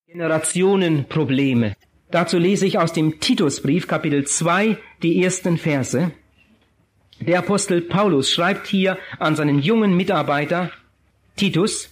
Generationenprobleme. Dazu lese ich aus dem Titusbrief, Kapitel 2, die ersten Verse. Der Apostel Paulus schreibt hier an seinen jungen Mitarbeiter Titus: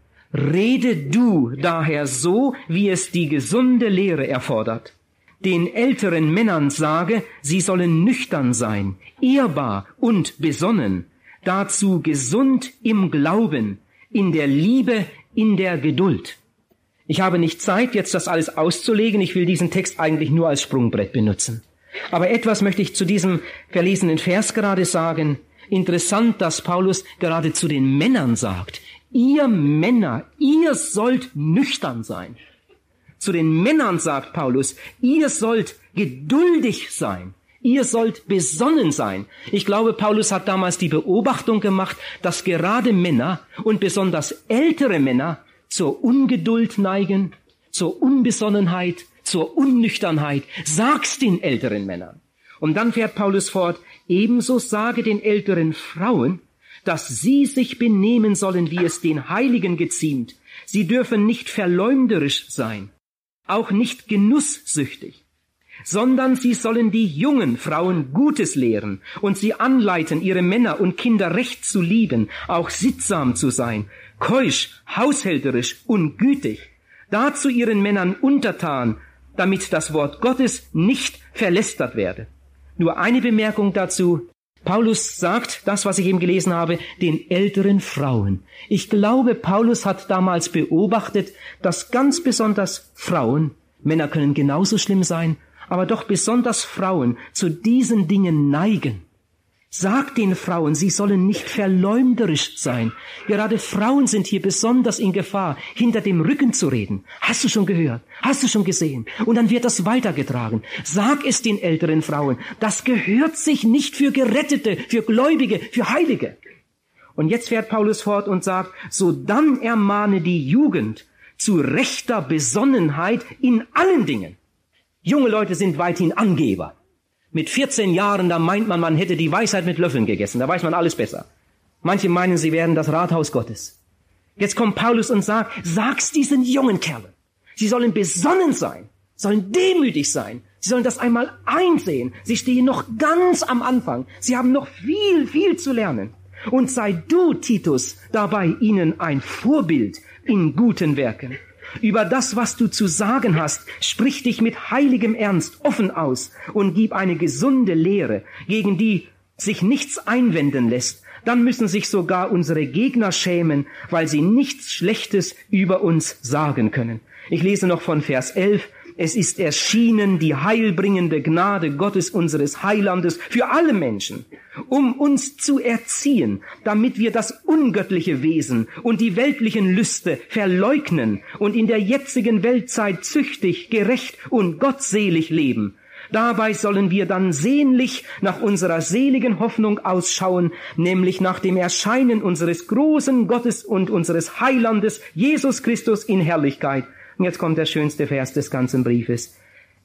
Rede du daher so, wie es die gesunde Lehre erfordert. Den älteren Männern sage, sie sollen nüchtern sein, ehrbar und besonnen, dazu gesund im Glauben, in der Liebe, in der Geduld. Ich habe nicht Zeit, jetzt das alles auszulegen. Ich will diesen Text eigentlich nur als Sprungbrett benutzen. Aber etwas möchte ich zu diesem verlesenen Vers gerade sagen. Interessant, dass Paulus gerade zu den Männern sagt: Ihr Männer, ihr sollt nüchtern sein. Zu den Männern sagt Paulus: Ihr sollt geduldig sein. Ihr sollt besonnen sein. Ich glaube, Paulus hat damals die Beobachtung gemacht, dass gerade Männer und besonders ältere Männer zur Ungeduld neigen, zur Unbesonnenheit, zur Unnüchternheit. Sag's den älteren Männern. Und dann fährt Paulus fort: Ebenso sage den älteren Frauen, dass sie sich benehmen sollen, wie es den Heiligen geziemt. Sie dürfen nicht verleumderisch sein, auch nicht genusssüchtig, sondern sie sollen die jungen Frauen Gutes lehren und sie anleiten, ihre Männer und Kinder recht zu lieben, auch sittsam zu sein, keusch, haushälterisch und gütig, dazu ihren Männern untertan, damit das Wort Gottes nicht verlästert werde. Nur eine Bemerkung dazu. Paulus sagt, das, was ich eben gelesen habe, den älteren Frauen. Ich glaube, Paulus hat damals beobachtet, dass ganz besonders Frauen, Männer können genauso schlimm sein, aber doch besonders Frauen zu diesen Dingen neigen. Sagt den Frauen, sie sollen nicht verleumderisch sein. Gerade Frauen sind hier besonders in Gefahr, hinter dem Rücken zu reden. Hast du schon gehört? Hast du schon gesehen? Und dann wird das weitergetragen. Sag es den älteren Frauen. Das gehört sich nicht für Gerettete, für Gläubige, für Heilige. Und jetzt fährt Paulus fort und sagt: So dann ermahne die Jugend zu rechter Besonnenheit in allen Dingen. Junge Leute sind weithin Angeber. Mit 14 Jahren, da meint man, man hätte die Weisheit mit Löffeln gegessen. Da weiß man alles besser. Manche meinen, sie wären das Rathaus Gottes. Jetzt kommt Paulus und sagt: Sag's diesen jungen Kerlen. Sie sollen besonnen sein, sollen demütig sein. Sie sollen das einmal einsehen. Sie stehen noch ganz am Anfang. Sie haben noch viel, viel zu lernen. Und sei du, Titus, dabei ihnen ein Vorbild in guten Werken. Über das, was du zu sagen hast, sprich dich mit heiligem Ernst offen aus und gib eine gesunde Lehre, gegen die sich nichts einwenden lässt. Dann müssen sich sogar unsere Gegner schämen, weil sie nichts Schlechtes über uns sagen können. Ich lese noch von Vers 11. Es ist erschienen die heilbringende Gnade Gottes unseres Heilandes für alle Menschen, um uns zu erziehen, damit wir das ungöttliche Wesen und die weltlichen Lüste verleugnen und in der jetzigen Weltzeit züchtig, gerecht und gottselig leben. Dabei sollen wir dann sehnlich nach unserer seligen Hoffnung ausschauen, nämlich nach dem Erscheinen unseres großen Gottes und unseres Heilandes, Jesus Christus in Herrlichkeit. Und jetzt kommt der schönste Vers des ganzen Briefes.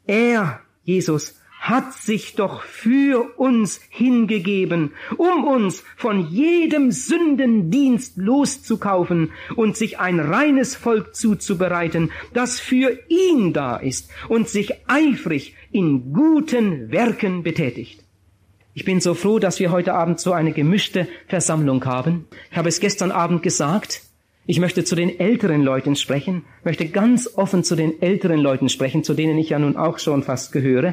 Er, Jesus, hat sich doch für uns hingegeben, um uns von jedem Sündendienst loszukaufen und sich ein reines Volk zuzubereiten, das für ihn da ist und sich eifrig in guten Werken betätigt. Ich bin so froh, dass wir heute Abend so eine gemischte Versammlung haben. Ich habe es gestern Abend gesagt. Ich möchte zu den älteren Leuten sprechen, möchte ganz offen zu den älteren Leuten sprechen, zu denen ich ja nun auch schon fast gehöre.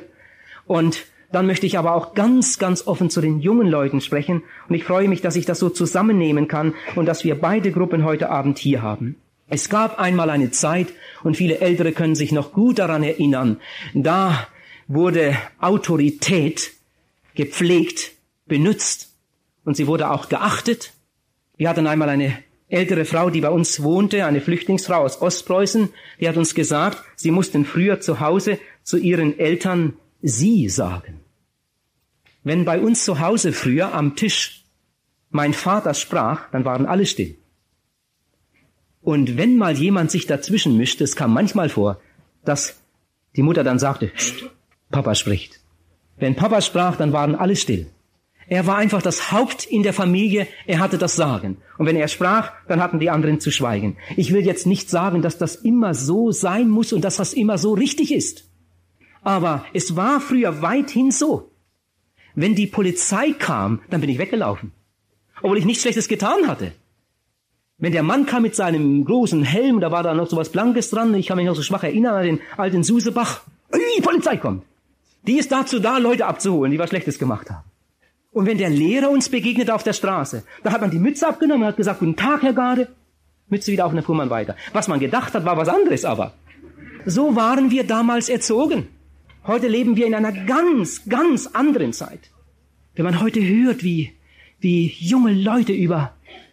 Und dann möchte ich aber auch ganz, ganz offen zu den jungen Leuten sprechen. Und ich freue mich, dass ich das so zusammennehmen kann und dass wir beide Gruppen heute Abend hier haben. Es gab einmal eine Zeit, und viele Ältere können sich noch gut daran erinnern, da wurde Autorität gepflegt, benutzt und sie wurde auch geachtet. Wir hatten einmal eine ältere Frau, die bei uns wohnte, eine Flüchtlingsfrau aus Ostpreußen, die hat uns gesagt, sie mussten früher zu Hause zu ihren Eltern Sie sagen. Wenn bei uns zu Hause früher am Tisch mein Vater sprach, dann waren alle still. Und wenn mal jemand sich dazwischen mischte, es kam manchmal vor, dass die Mutter dann sagte: Psst, Papa spricht. Wenn Papa sprach, dann waren alle still. Er war einfach das Haupt in der Familie, er hatte das Sagen. Und wenn er sprach, dann hatten die anderen zu schweigen. Ich will jetzt nicht sagen, dass das immer so sein muss und dass das immer so richtig ist. Aber es war früher weithin so. Wenn die Polizei kam, dann bin ich weggelaufen. Obwohl ich nichts Schlechtes getan hatte. Wenn der Mann kam mit seinem großen Helm, da war da noch so was Blankes dran, ich kann mich noch so schwach erinnern an den alten Susebach. Die Polizei kommt. Die ist dazu da, Leute abzuholen, die was Schlechtes gemacht haben. Und wenn der Lehrer uns begegnet auf der Straße, da hat man die Mütze abgenommen und hat gesagt, guten Tag, Herr Garde. Mütze wieder auf und dann fuhr man weiter. Was man gedacht hat, war was anderes aber. So waren wir damals erzogen. Heute leben wir in einer ganz, ganz anderen Zeit. Wenn man heute hört, wie junge Leute über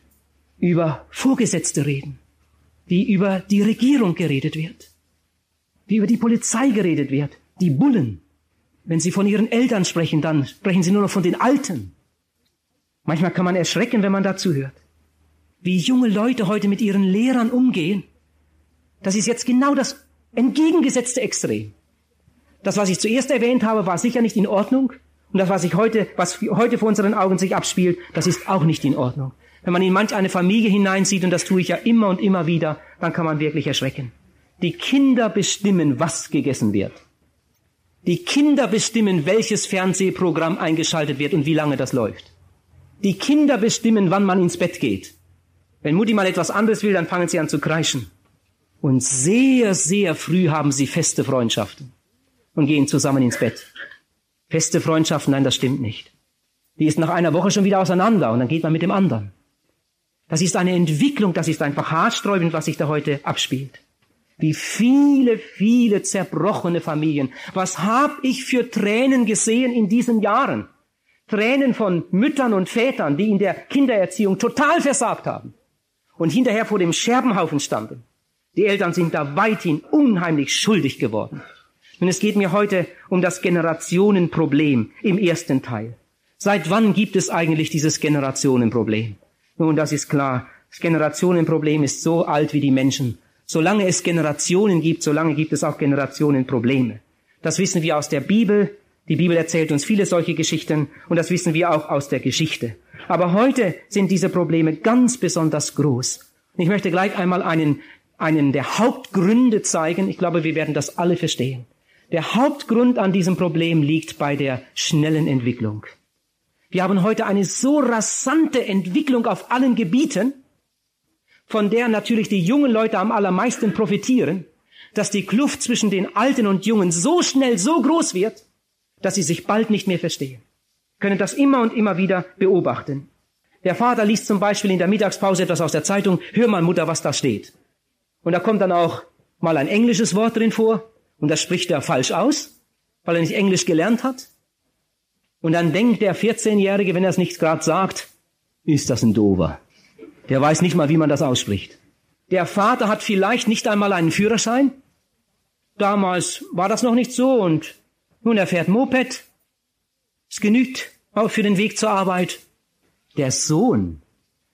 Vorgesetzte reden, wie über die Regierung geredet wird, wie über die Polizei geredet wird, die Bullen. Wenn sie von ihren Eltern sprechen, dann sprechen sie nur noch von den Alten. Manchmal kann man erschrecken, wenn man dazu hört. Wie junge Leute heute mit ihren Lehrern umgehen, das ist jetzt genau das entgegengesetzte Extrem. Das, was ich zuerst erwähnt habe, war sicher nicht in Ordnung. Und das, was heute vor unseren Augen sich abspielt, das ist auch nicht in Ordnung. Wenn man in manch eine Familie hineinsieht, und das tue ich ja immer und immer wieder, dann kann man wirklich erschrecken. Die Kinder bestimmen, was gegessen wird. Die Kinder bestimmen, welches Fernsehprogramm eingeschaltet wird und wie lange das läuft. Die Kinder bestimmen, wann man ins Bett geht. Wenn Mutti mal etwas anderes will, dann fangen sie an zu kreischen. Und sehr, sehr früh haben sie feste Freundschaften und gehen zusammen ins Bett. Feste Freundschaften, nein, das stimmt nicht. Die ist nach einer Woche schon wieder auseinander und dann geht man mit dem anderen. Das ist eine Entwicklung, das ist einfach haarsträubend, was sich da heute abspielt. Wie viele, viele zerbrochene Familien. Was habe ich für Tränen gesehen in diesen Jahren? Tränen von Müttern und Vätern, die in der Kindererziehung total versagt haben und hinterher vor dem Scherbenhaufen standen. Die Eltern sind da weithin unheimlich schuldig geworden. Und es geht mir heute um das Generationenproblem im ersten Teil. Seit wann gibt es eigentlich dieses Generationenproblem? Nun, das ist klar. Das Generationenproblem ist so alt wie die Menschen. Solange es Generationen gibt, solange gibt es auch Generationenprobleme. Das wissen wir aus der Bibel. Die Bibel erzählt uns viele solche Geschichten und das wissen wir auch aus der Geschichte. Aber heute sind diese Probleme ganz besonders groß. Und ich möchte gleich einmal einen der Hauptgründe zeigen. Ich glaube, wir werden das alle verstehen. Der Hauptgrund an diesem Problem liegt bei der schnellen Entwicklung. Wir haben heute eine so rasante Entwicklung auf allen Gebieten, von der natürlich die jungen Leute am allermeisten profitieren, dass die Kluft zwischen den Alten und Jungen so schnell, so groß wird, dass sie sich bald nicht mehr verstehen. Wir können das immer und immer wieder beobachten. Der Vater liest zum Beispiel in der Mittagspause etwas aus der Zeitung, hör mal Mutter, was da steht. Und da kommt dann auch mal ein englisches Wort drin vor und das spricht er falsch aus, weil er nicht Englisch gelernt hat. Und dann denkt der 14-Jährige, wenn er es nicht gerade sagt, ist das ein Dover. Der weiß nicht mal, wie man das ausspricht. Der Vater hat vielleicht nicht einmal einen Führerschein. Damals war das noch nicht so und nun, er fährt Moped. Es genügt auch für den Weg zur Arbeit. Der Sohn,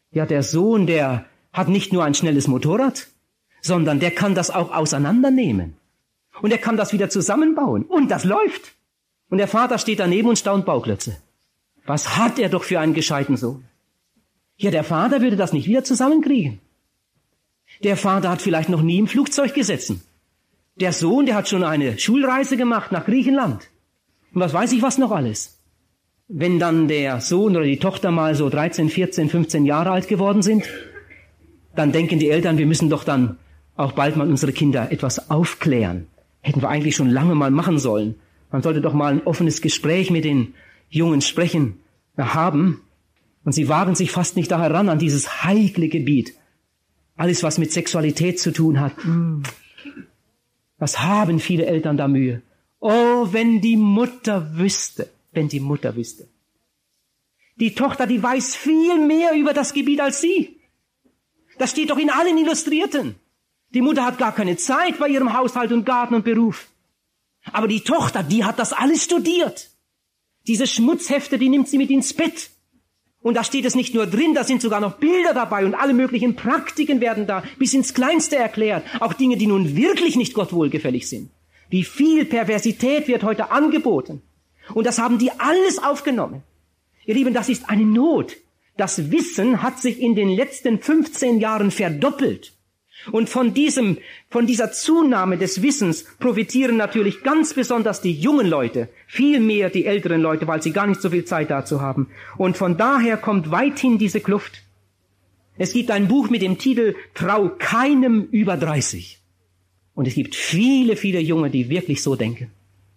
der hat nicht nur ein schnelles Motorrad, sondern der kann das auch auseinandernehmen. Und er kann das wieder zusammenbauen. Und das läuft. Und der Vater steht daneben und staunt Bauklötze. Was hat er doch für einen gescheiten Sohn? Ja, der Vater würde das nicht wieder zusammenkriegen. Der Vater hat vielleicht noch nie im Flugzeug gesessen. Der Sohn, der hat schon eine Schulreise gemacht nach Griechenland. Und was weiß ich was noch alles. Wenn dann der Sohn oder die Tochter mal so 13, 14, 15 Jahre alt geworden sind, dann denken die Eltern, wir müssen doch dann auch bald mal unsere Kinder etwas aufklären. Hätten wir eigentlich schon lange mal machen sollen. Man sollte doch mal ein offenes Gespräch mit den Jungen haben. Und sie wagen sich fast nicht da heran an dieses heikle Gebiet. Alles, was mit Sexualität zu tun hat. Was haben viele Eltern da Mühe? Oh, wenn die Mutter wüsste. Die Tochter, die weiß viel mehr über das Gebiet als sie. Das steht doch in allen Illustrierten. Die Mutter hat gar keine Zeit bei ihrem Haushalt und Garten und Beruf. Aber die Tochter, die hat das alles studiert. Diese Schmutzhefte, die nimmt sie mit ins Bett. Und da steht es nicht nur drin, da sind sogar noch Bilder dabei und alle möglichen Praktiken werden da bis ins Kleinste erklärt. Auch Dinge, die nun wirklich nicht Gott wohlgefällig sind. Wie viel Perversität wird heute angeboten. Und das haben die alles aufgenommen. Ihr Lieben, das ist eine Not. Das Wissen hat sich in den letzten 15 Jahren verdoppelt. Und von dieser Zunahme des Wissens profitieren natürlich ganz besonders die jungen Leute, viel mehr die älteren Leute, weil sie gar nicht so viel Zeit dazu haben. Und von daher kommt weithin diese Kluft. Es gibt ein Buch mit dem Titel Trau keinem über 30. Und es gibt viele, viele Junge, die wirklich so denken.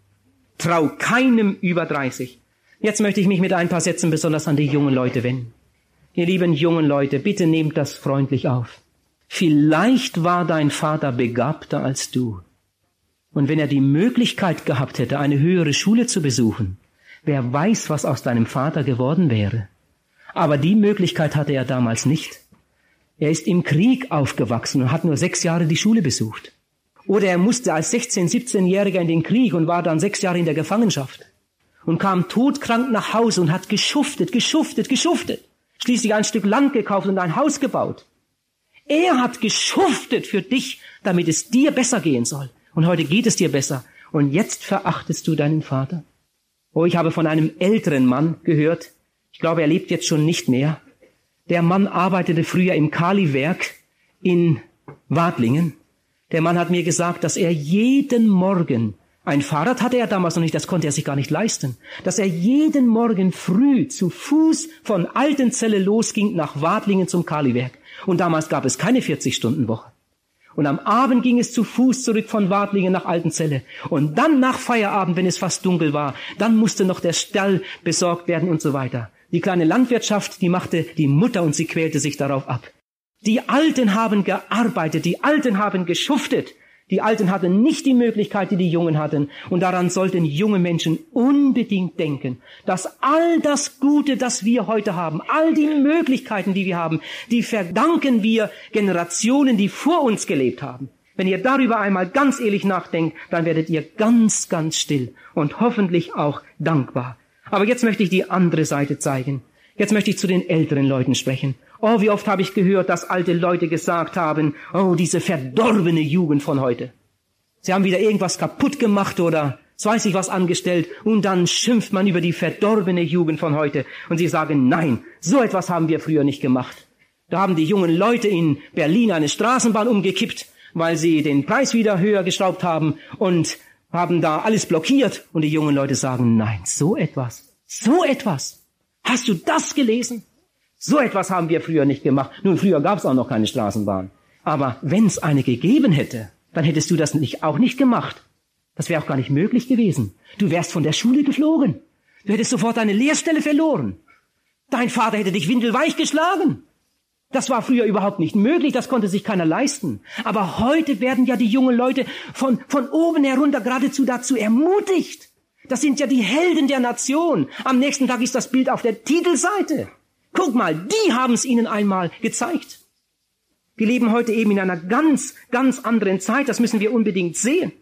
Trau keinem über 30. Jetzt möchte ich mich mit ein paar Sätzen besonders an die jungen Leute wenden. Ihr lieben jungen Leute, bitte nehmt das freundlich auf. Vielleicht war dein Vater begabter als du. Und wenn er die Möglichkeit gehabt hätte, eine höhere Schule zu besuchen, wer weiß, was aus deinem Vater geworden wäre. Aber die Möglichkeit hatte er damals nicht. Er ist im Krieg aufgewachsen und hat nur 6 Jahre die Schule besucht. Oder er musste als 16-, 17-Jähriger in den Krieg und war dann 6 Jahre in der Gefangenschaft. Und kam todkrank nach Hause und hat geschuftet. Schließlich ein Stück Land gekauft und ein Haus gebaut. Er hat geschuftet für dich, damit es dir besser gehen soll. Und heute geht es dir besser. Und jetzt verachtest du deinen Vater. Oh, ich habe von einem älteren Mann gehört. Ich glaube, er lebt jetzt schon nicht mehr. Der Mann arbeitete früher im Kaliwerk in Wadlingen. Der Mann hat mir gesagt, dass er jeden Morgen, ein Fahrrad hatte er damals noch nicht, das konnte er sich gar nicht leisten, dass er jeden Morgen früh zu Fuß von Altenzelle losging nach Wadlingen zum Kaliwerk. Und damals gab es keine 40-Stunden-Woche. Und am Abend ging es zu Fuß zurück von Wadlingen nach Altenzelle. Und dann nach Feierabend, wenn es fast dunkel war, dann musste noch der Stall besorgt werden und so weiter. Die kleine Landwirtschaft, die machte die Mutter und sie quälte sich darauf ab. Die Alten haben gearbeitet, die Alten haben geschuftet. Die Alten hatten nicht die Möglichkeit, die die Jungen hatten. Und daran sollten junge Menschen unbedingt denken, dass all das Gute, das wir heute haben, all die Möglichkeiten, die wir haben, die verdanken wir Generationen, die vor uns gelebt haben. Wenn ihr darüber einmal ganz ehrlich nachdenkt, dann werdet ihr ganz, ganz still und hoffentlich auch dankbar. Aber jetzt möchte ich die andere Seite zeigen. Jetzt möchte ich zu den älteren Leuten sprechen. Oh, wie oft habe ich gehört, dass alte Leute gesagt haben, oh, diese verdorbene Jugend von heute. Sie haben wieder irgendwas kaputt gemacht oder weiß ich was angestellt und dann schimpft man über die verdorbene Jugend von heute. Und sie sagen, nein, so etwas haben wir früher nicht gemacht. Da haben die jungen Leute in Berlin eine Straßenbahn umgekippt, weil sie den Preis wieder höher geschraubt haben und haben da alles blockiert. Und die jungen Leute sagen, nein, so etwas. Hast du das gelesen? So etwas haben wir früher nicht gemacht. Nun, früher gab es auch noch keine Straßenbahn. Aber wenn es eine gegeben hätte, dann hättest du das auch nicht gemacht. Das wäre auch gar nicht möglich gewesen. Du wärst von der Schule geflogen. Du hättest sofort deine Lehrstelle verloren. Dein Vater hätte dich windelweich geschlagen. Das war früher überhaupt nicht möglich, das konnte sich keiner leisten. Aber heute werden ja die jungen Leute von oben herunter geradezu dazu ermutigt. Das sind ja die Helden der Nation. Am nächsten Tag ist das Bild auf der Titelseite. Guck mal, die haben es ihnen einmal gezeigt. Wir leben heute eben in einer ganz, ganz anderen Zeit. Das müssen wir unbedingt sehen.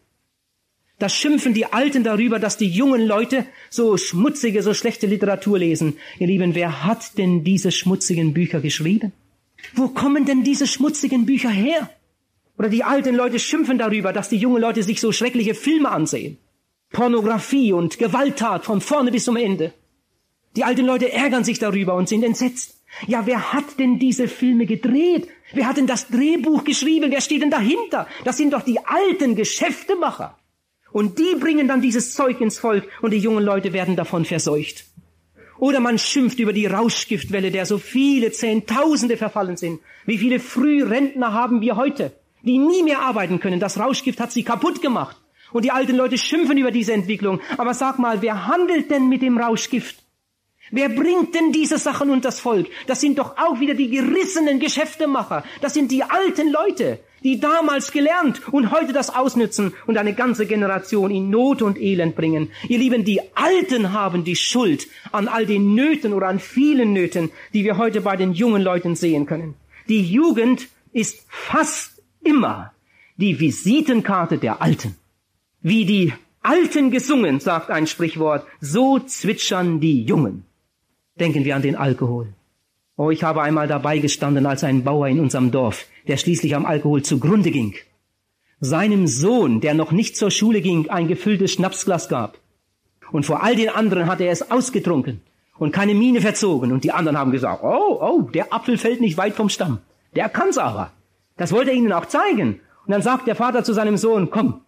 Da schimpfen die Alten darüber, dass die jungen Leute so schmutzige, so schlechte Literatur lesen. Ihr Lieben, wer hat denn diese schmutzigen Bücher geschrieben? Wo kommen denn diese schmutzigen Bücher her? Oder die alten Leute schimpfen darüber, dass die jungen Leute sich so schreckliche Filme ansehen. Pornografie und Gewalttat von vorne bis zum Ende. Die alten Leute ärgern sich darüber und sind entsetzt. Ja, wer hat denn diese Filme gedreht? Wer hat denn das Drehbuch geschrieben? Wer steht denn dahinter? Das sind doch die alten Geschäftemacher. Und die bringen dann dieses Zeug ins Volk und die jungen Leute werden davon verseucht. Oder man schimpft über die Rauschgiftwelle, der so viele Zehntausende verfallen sind. Wie viele Frührentner haben wir heute, die nie mehr arbeiten können? Das Rauschgift hat sie kaputt gemacht. Und die alten Leute schimpfen über diese Entwicklung. Aber sag mal, wer handelt denn mit dem Rauschgift? Wer bringt denn diese Sachen unters Volk? Das sind doch auch wieder die gerissenen Geschäftemacher. Das sind die alten Leute, die damals gelernt und heute das ausnützen und eine ganze Generation in Not und Elend bringen. Ihr Lieben, die Alten haben die Schuld an all den Nöten oder an vielen Nöten, die wir heute bei den jungen Leuten sehen können. Die Jugend ist fast immer die Visitenkarte der Alten. Wie die Alten gesungen, sagt ein Sprichwort, so zwitschern die Jungen. Denken wir an den Alkohol. Oh, ich habe einmal dabei gestanden, als ein Bauer in unserem Dorf, der schließlich am Alkohol zugrunde ging, seinem Sohn, der noch nicht zur Schule ging, ein gefülltes Schnapsglas gab. Und vor all den anderen hat er es ausgetrunken. und keine Miene verzogen. Und die anderen haben gesagt, oh, der Apfel fällt nicht weit vom Stamm. Der kann's aber. Das wollte er ihnen auch zeigen. Und dann sagt der Vater zu seinem Sohn, komm,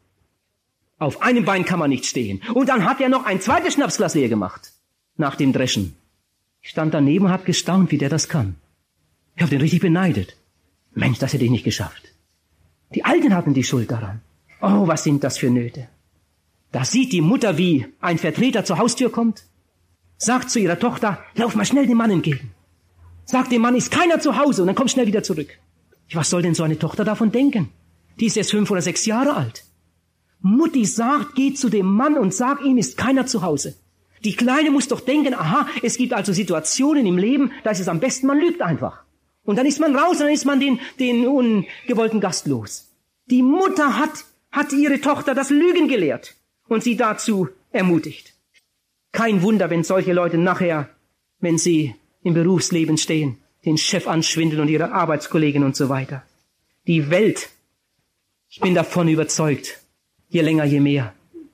auf einem Bein kann man nicht stehen. Und dann hat er noch ein zweites Schnapsglas leer gemacht, nach dem Dreschen. Ich stand daneben und habe gestaunt, wie der das kann. Ich habe den richtig beneidet. Mensch, das hätte ich nicht geschafft. Die Alten hatten die Schuld daran. Oh, was sind das für Nöte. Da sieht die Mutter, wie ein Vertreter zur Haustür kommt, sagt zu ihrer Tochter, lauf mal schnell dem Mann entgegen. Sagt dem Mann, ist keiner zu Hause, und dann komm schnell wieder zurück. Was soll denn so eine Tochter davon denken? Die ist erst 5 oder 6 Jahre alt. Mutti sagt, geh zu dem Mann und sag ihm, ist keiner zu Hause. Die Kleine muss doch denken, aha, es gibt also Situationen im Leben, da ist es am besten, man lügt einfach. Und dann ist man raus und dann ist man den ungewollten Gast los. Die Mutter hat ihre Tochter das Lügen gelehrt und sie dazu ermutigt. Kein Wunder, wenn solche Leute nachher, wenn sie im Berufsleben stehen, den Chef anschwindeln und ihre Arbeitskollegen und so weiter. Die Welt, ich bin davon überzeugt, je länger, je mehr.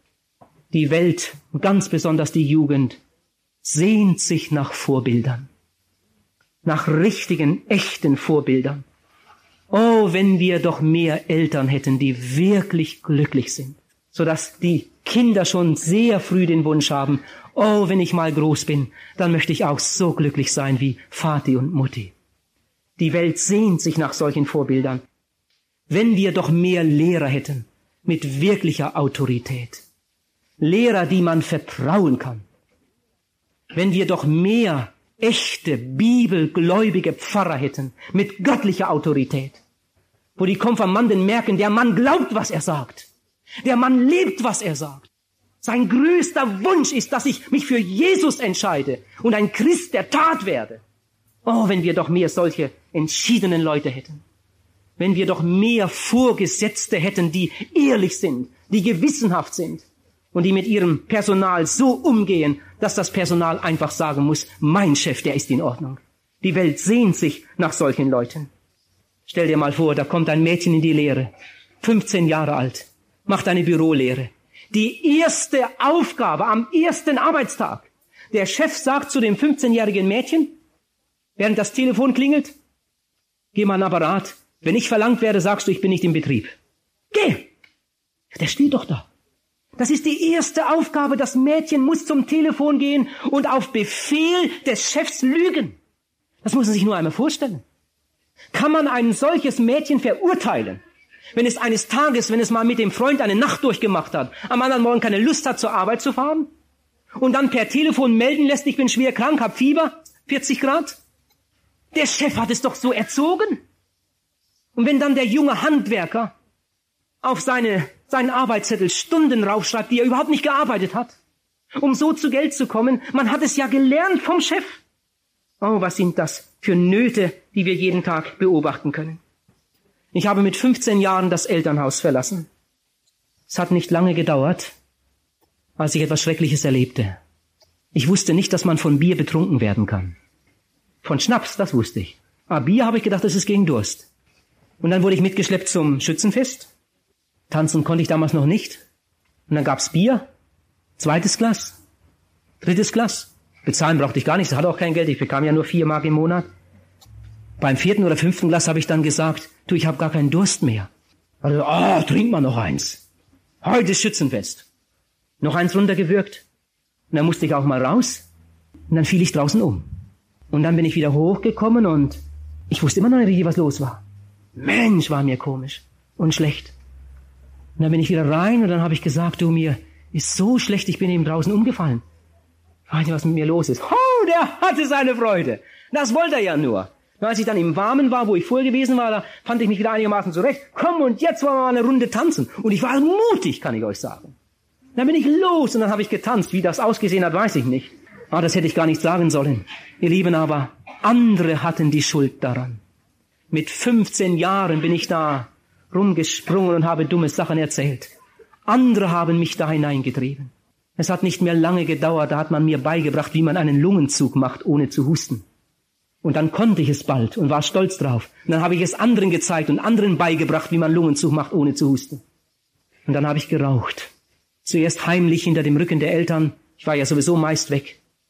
Die Welt, und ganz besonders die Jugend, sehnt sich nach Vorbildern. Nach richtigen, echten Vorbildern. Oh, wenn wir doch mehr Eltern hätten, die wirklich glücklich sind, sodass die Kinder schon sehr früh den Wunsch haben, oh, wenn ich mal groß bin, dann möchte ich auch so glücklich sein wie Vati und Mutti. Die Welt sehnt sich nach solchen Vorbildern. Wenn wir doch mehr Lehrer hätten, mit wirklicher Autorität. Lehrer, die man vertrauen kann. Wenn wir doch mehr echte, bibelgläubige Pfarrer hätten, mit göttlicher Autorität, wo die Konfirmanden merken, der Mann glaubt, was er sagt. Der Mann lebt, was er sagt. Sein größter Wunsch ist, dass ich mich für Jesus entscheide und ein Christ der Tat werde. Oh, wenn wir doch mehr solche entschiedenen Leute hätten. Wenn wir doch mehr Vorgesetzte hätten, die ehrlich sind, die gewissenhaft sind und die mit ihrem Personal so umgehen, dass das Personal einfach sagen muss, mein Chef, der ist in Ordnung. Die Welt sehnt sich nach solchen Leuten. Stell dir mal vor, da kommt ein Mädchen in die Lehre, 15 Jahre alt, macht eine Bürolehre. Die erste Aufgabe am ersten Arbeitstag. Der Chef sagt zu dem 15-jährigen Mädchen, während das Telefon klingelt, geh mal an den Apparat. Wenn ich verlangt werde, sagst du, ich bin nicht im Betrieb. Geh! Der steht doch da. Das ist die erste Aufgabe. Das Mädchen muss zum Telefon gehen und auf Befehl des Chefs lügen. Das muss man sich nur einmal vorstellen. Kann man ein solches Mädchen verurteilen, wenn es eines Tages, wenn es mal mit dem Freund eine Nacht durchgemacht hat, am anderen Morgen keine Lust hat, zur Arbeit zu fahren und dann per Telefon melden lässt, ich bin schwer krank, hab Fieber, 40 Grad? Der Chef hat es doch so erzogen. Und wenn dann der junge Handwerker auf seinen Arbeitszettel Stunden raufschreibt, die er überhaupt nicht gearbeitet hat, um so zu Geld zu kommen, man hat es ja gelernt vom Chef. Oh, was sind das für Nöte, die wir jeden Tag beobachten können. Ich habe mit 15 Jahren das Elternhaus verlassen. Es hat nicht lange gedauert, als ich etwas Schreckliches erlebte. Ich wusste nicht, dass man von Bier betrunken werden kann. Von Schnaps, das wusste ich. Aber Bier habe ich gedacht, das ist gegen Durst. Und dann wurde ich mitgeschleppt zum Schützenfest. Tanzen konnte ich damals noch nicht. Und dann gab's Bier. 2. Glas. 3. Glas. Bezahlen brauchte ich gar nicht. Ich hatte auch kein Geld. Ich bekam ja nur 4 Mark im Monat. Beim 4. oder 5. Glas habe ich dann gesagt, du, ich habe gar keinen Durst mehr. Also, trink mal noch eins. Heute ist Schützenfest. Noch eins runtergewürgt. Und dann musste ich auch mal raus. Und dann fiel ich draußen um. Und dann bin ich wieder hochgekommen und ich wusste immer noch nicht richtig, was los war. Mensch, war mir komisch und schlecht. Und dann bin ich wieder rein und dann habe ich gesagt, du, mir ist so schlecht, ich bin eben draußen umgefallen. Ich weiß nicht, was mit mir los ist. Oh, der hatte seine Freude. Das wollte er ja nur. Und als ich dann im Warmen war, wo ich vorher gewesen war, da fand ich mich wieder einigermaßen zurecht. Komm, und jetzt wollen wir mal eine Runde tanzen. Und ich war mutig, kann ich euch sagen. Dann bin ich los und dann habe ich getanzt. Wie das ausgesehen hat, weiß ich nicht. Aber das hätte ich gar nicht sagen sollen. Ihr Lieben, aber andere hatten die Schuld daran. Mit 15 Jahren bin ich da rumgesprungen und habe dumme Sachen erzählt. Andere haben mich da hineingetrieben. Es hat nicht mehr lange gedauert, da hat man mir beigebracht, wie man einen Lungenzug macht, ohne zu husten. Und dann konnte ich es bald und war stolz drauf. Und dann habe ich es anderen gezeigt und anderen beigebracht, wie man Lungenzug macht, ohne zu husten. Und dann habe ich geraucht. Zuerst heimlich hinter dem Rücken der Eltern. Ich war ja sowieso meist weg.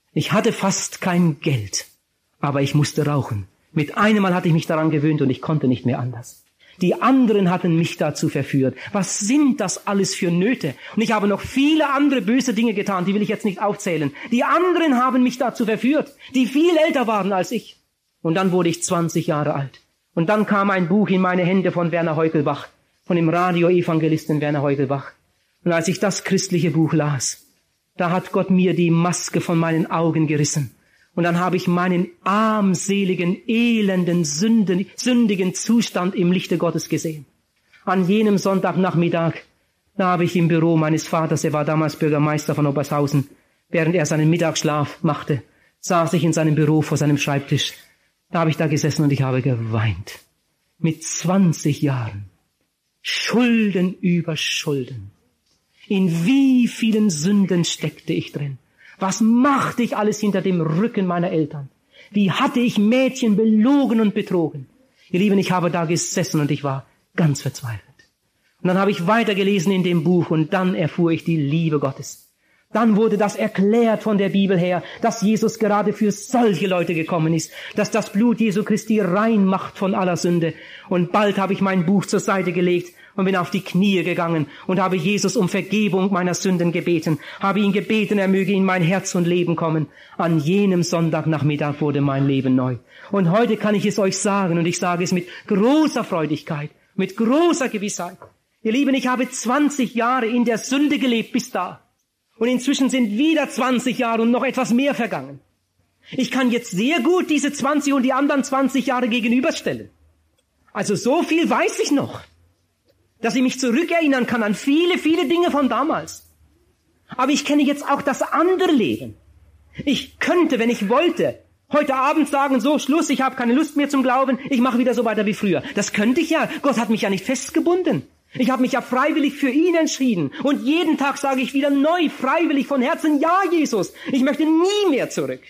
Ich hatte fast kein Geld, aber ich musste rauchen. Mit einem Mal hatte ich mich daran gewöhnt und ich konnte nicht mehr anders. Die anderen hatten mich dazu verführt. Was sind das alles für Nöte? Und ich habe noch viele andere böse Dinge getan, die will ich jetzt nicht aufzählen. Die anderen haben mich dazu verführt, die viel älter waren als ich. Und dann wurde ich 20 Jahre alt. Und dann kam ein Buch in meine Hände von Werner Heugelbach, von dem Radioevangelisten Werner Heugelbach. Und als ich das christliche Buch las, da hat Gott mir die Maske von meinen Augen gerissen. Und dann habe ich meinen armseligen, elenden, sündigen Zustand im Lichte Gottes gesehen. An jenem Sonntagnachmittag, da habe ich im Büro meines Vaters, er war damals Bürgermeister von Obershausen, während er seinen Mittagsschlaf machte, saß ich in seinem Büro vor seinem Schreibtisch. Da habe ich da gesessen und ich habe geweint. Mit 20 Jahren. Schulden über Schulden. In wie vielen Sünden steckte ich drin? Was machte ich alles hinter dem Rücken meiner Eltern? Wie hatte ich Mädchen belogen und betrogen? Ihr Lieben, ich habe da gesessen und ich war ganz verzweifelt. Und dann habe ich weitergelesen in dem Buch und dann erfuhr ich die Liebe Gottes. Dann wurde das erklärt von der Bibel her, dass Jesus gerade für solche Leute gekommen ist, dass das Blut Jesu Christi rein macht von aller Sünde. Und bald habe ich mein Buch zur Seite gelegt und bin auf die Knie gegangen und habe Jesus um Vergebung meiner Sünden gebeten, habe ihn gebeten, er möge in mein Herz und Leben kommen. An jenem Sonntagnachmittag wurde mein Leben neu. Und heute kann ich es euch sagen und ich sage es mit großer Freudigkeit, mit großer Gewissheit. Ihr Lieben, ich habe 20 Jahre in der Sünde gelebt bis da. Und inzwischen sind wieder 20 Jahre und noch etwas mehr vergangen. Ich kann jetzt sehr gut diese 20 und die anderen 20 Jahre gegenüberstellen. Also so viel weiß ich noch, dass ich mich zurückerinnern kann an viele, viele Dinge von damals. Aber ich kenne jetzt auch das andere Leben. Ich könnte, wenn ich wollte, heute Abend sagen, so Schluss, ich habe keine Lust mehr zum Glauben, ich mache wieder so weiter wie früher. Das könnte ich ja. Gott hat mich ja nicht festgebunden. Ich habe mich ja freiwillig für ihn entschieden. Und jeden Tag sage ich wieder neu, freiwillig von Herzen, ja, Jesus, ich möchte nie mehr zurück.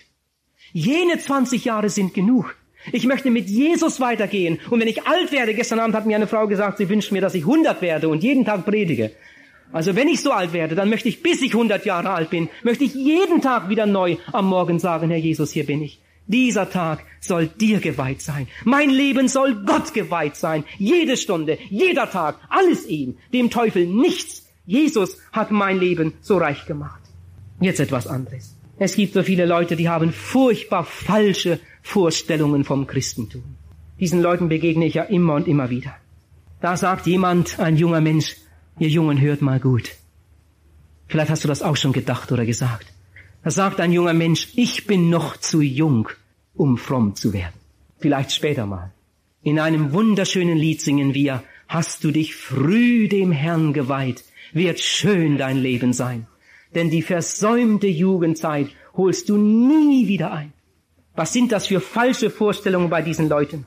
Jene 20 Jahre sind genug. Ich möchte mit Jesus weitergehen. Und wenn ich alt werde, gestern Abend hat mir eine Frau gesagt, sie wünscht mir, dass ich 100 werde und jeden Tag predige. Also wenn ich so alt werde, dann möchte ich, bis ich 100 Jahre alt bin, möchte ich jeden Tag wieder neu am Morgen sagen, Herr Jesus, hier bin ich. Dieser Tag soll dir geweiht sein. Mein Leben soll Gott geweiht sein. Jede Stunde, jeder Tag, alles ihm, dem Teufel nichts. Jesus hat mein Leben so reich gemacht. Jetzt etwas anderes. Es gibt so viele Leute, die haben furchtbar falsche Vorstellungen vom Christentum. Diesen Leuten begegne ich ja immer und immer wieder. Da sagt jemand, ein junger Mensch, ihr Jungen, hört mal gut. Vielleicht hast du das auch schon gedacht oder gesagt. Da sagt ein junger Mensch, ich bin noch zu jung, um fromm zu werden. Vielleicht später mal. In einem wunderschönen Lied singen wir, hast du dich früh dem Herrn geweiht, wird schön dein Leben sein. Denn die versäumte Jugendzeit holst du nie wieder ein. Was sind das für falsche Vorstellungen bei diesen Leuten?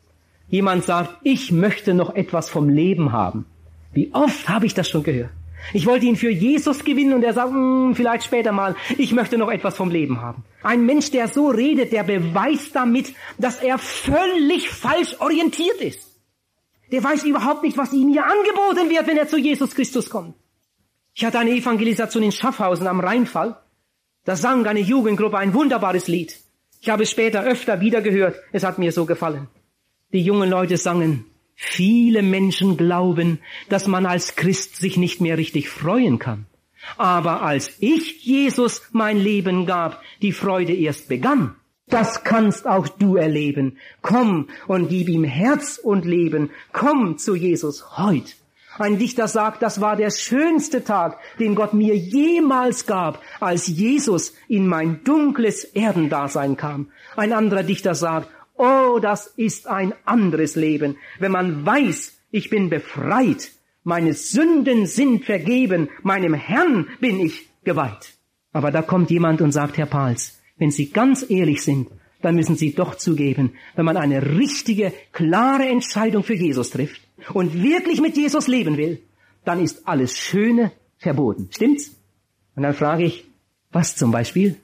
Jemand sagt, ich möchte noch etwas vom Leben haben. Wie oft habe ich das schon gehört? Ich wollte ihn für Jesus gewinnen und er sagt, vielleicht später mal, ich möchte noch etwas vom Leben haben. Ein Mensch, der so redet, der beweist damit, dass er völlig falsch orientiert ist. Der weiß überhaupt nicht, was ihm hier angeboten wird, wenn er zu Jesus Christus kommt. Ich hatte eine Evangelisation in Schaffhausen am Rheinfall. Da sang eine Jugendgruppe ein wunderbares Lied. Ich habe es später öfter wieder gehört. Es hat mir so gefallen. Die jungen Leute sangen, viele Menschen glauben, dass man als Christ sich nicht mehr richtig freuen kann. Aber als ich Jesus mein Leben gab, die Freude erst begann. Das kannst auch du erleben. Komm und gib ihm Herz und Leben. Komm zu Jesus heut. Ein Dichter sagt, das war der schönste Tag, den Gott mir jemals gab, als Jesus in mein dunkles Erdendasein kam. Ein anderer Dichter sagt, oh, das ist ein anderes Leben, wenn man weiß, ich bin befreit, meine Sünden sind vergeben, meinem Herrn bin ich geweiht. Aber da kommt jemand und sagt, Herr Pahls, wenn Sie ganz ehrlich sind, dann müssen Sie doch zugeben, wenn man eine richtige, klare Entscheidung für Jesus trifft und wirklich mit Jesus leben will, dann ist alles Schöne verboten. Stimmt's? Und dann frage ich, was zum Beispiel?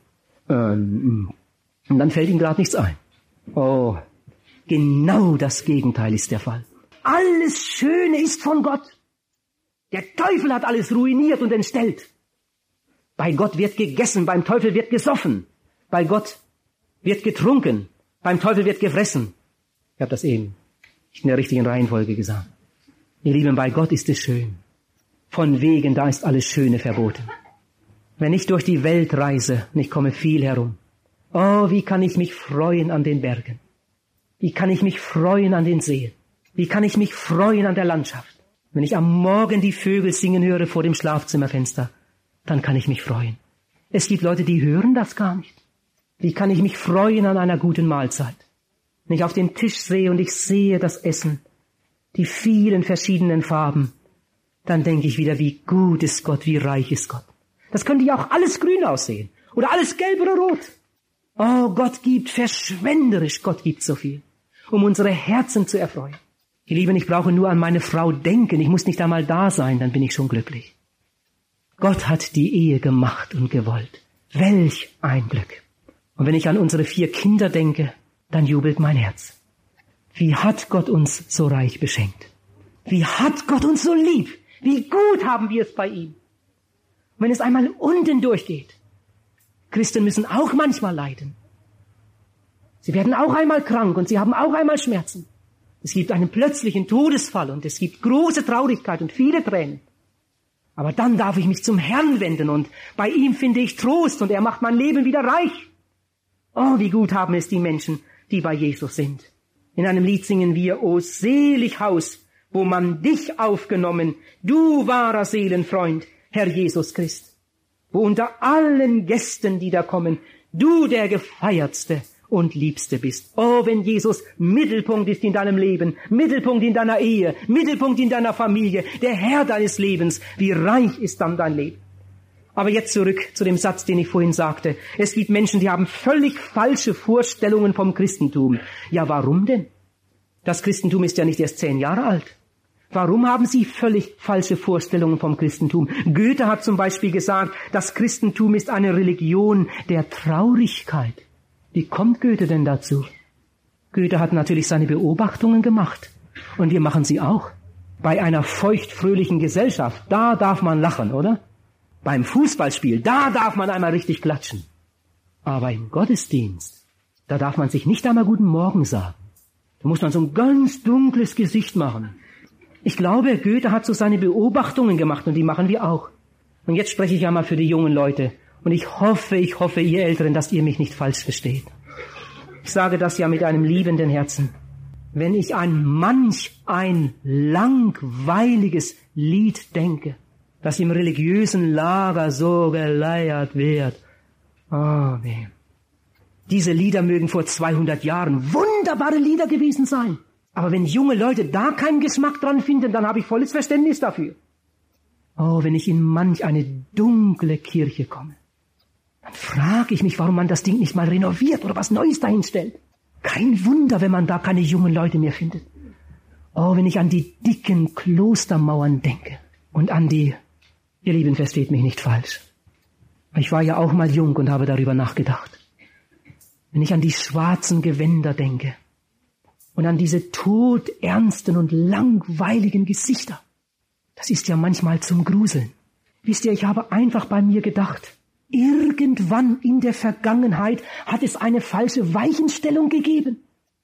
Und dann fällt ihm gerade nichts ein. Oh, genau das Gegenteil ist der Fall. Alles Schöne ist von Gott. Der Teufel hat alles ruiniert und entstellt. Bei Gott wird gegessen, beim Teufel wird gesoffen. Bei Gott wird getrunken, beim Teufel wird gefressen. Ich habe das eben nicht in der richtigen Reihenfolge gesagt. Ihr Lieben, bei Gott ist es schön. Von wegen, da ist alles Schöne verboten. Wenn ich durch die Welt reise, und ich komme viel herum, oh, wie kann ich mich freuen an den Bergen? Wie kann ich mich freuen an den Seen? Wie kann ich mich freuen an der Landschaft? Wenn ich am Morgen die Vögel singen höre vor dem Schlafzimmerfenster, dann kann ich mich freuen. Es gibt Leute, die hören das gar nicht. Wie kann ich mich freuen an einer guten Mahlzeit? Wenn ich auf den Tisch sehe und ich sehe das Essen, die vielen verschiedenen Farben, dann denke ich wieder, wie gut ist Gott, wie reich ist Gott. Das könnte ja auch alles grün aussehen oder alles gelb oder rot. Oh, Gott gibt verschwenderisch, Gott gibt so viel, um unsere Herzen zu erfreuen. Ihr Lieben, ich brauche nur an meine Frau denken, ich muss nicht einmal da sein, dann bin ich schon glücklich. Gott hat die Ehe gemacht und gewollt. Welch ein Glück. Und wenn ich an unsere 4 Kinder denke, dann jubelt mein Herz. Wie hat Gott uns so reich beschenkt? Wie hat Gott uns so lieb? Wie gut haben wir es bei ihm? Und wenn es einmal unten durchgeht, Christen müssen auch manchmal leiden. Sie werden auch einmal krank und sie haben auch einmal Schmerzen. Es gibt einen plötzlichen Todesfall und es gibt große Traurigkeit und viele Tränen. Aber dann darf ich mich zum Herrn wenden und bei ihm finde ich Trost und er macht mein Leben wieder reich. Oh, wie gut haben es die Menschen, die bei Jesus sind. In einem Lied singen wir, O selig Haus, wo man dich aufgenommen, du wahrer Seelenfreund, Herr Jesus Christ. Wo unter allen Gästen, die da kommen, du der Gefeiertste und Liebste bist. Oh, wenn Jesus Mittelpunkt ist in deinem Leben, Mittelpunkt in deiner Ehe, Mittelpunkt in deiner Familie, der Herr deines Lebens, wie reich ist dann dein Leben. Aber jetzt zurück zu dem Satz, den ich vorhin sagte. Es gibt Menschen, die haben völlig falsche Vorstellungen vom Christentum. Ja, warum denn? Das Christentum ist ja nicht erst 10 Jahre alt. Warum haben sie völlig falsche Vorstellungen vom Christentum? Goethe hat zum Beispiel gesagt, das Christentum ist eine Religion der Traurigkeit. Wie kommt Goethe denn dazu? Goethe hat natürlich seine Beobachtungen gemacht. Und wir machen sie auch. Bei einer feuchtfröhlichen Gesellschaft, da darf man lachen, oder? Beim Fußballspiel, da darf man einmal richtig klatschen. Aber im Gottesdienst, da darf man sich nicht einmal Guten Morgen sagen. Da muss man so ein ganz dunkles Gesicht machen. Ich glaube, Goethe hat so seine Beobachtungen gemacht und die machen wir auch. Und jetzt spreche ich ja mal für die jungen Leute. Und ich hoffe, ihr Älteren, dass ihr mich nicht falsch versteht. Ich sage das ja mit einem liebenden Herzen. Wenn ich an manch ein langweiliges Lied denke, das im religiösen Lager so geleiert wird. Oh, nee. Diese Lieder mögen vor 200 Jahren wunderbare Lieder gewesen sein. Aber wenn junge Leute da keinen Geschmack dran finden, dann habe ich volles Verständnis dafür. Oh, wenn ich in manch eine dunkle Kirche komme, dann frage ich mich, warum man das Ding nicht mal renoviert oder was Neues dahinstellt. Kein Wunder, wenn man da keine jungen Leute mehr findet. Oh, wenn ich an die dicken Klostermauern denke und an die... Ihr Lieben, versteht mich nicht falsch. Ich war ja auch mal jung und habe darüber nachgedacht. Wenn ich an die schwarzen Gewänder denke und an diese todernsten und langweiligen Gesichter, das ist ja manchmal zum Gruseln. Wisst ihr, ich habe einfach bei mir gedacht, irgendwann in der Vergangenheit hat es eine falsche Weichenstellung gegeben.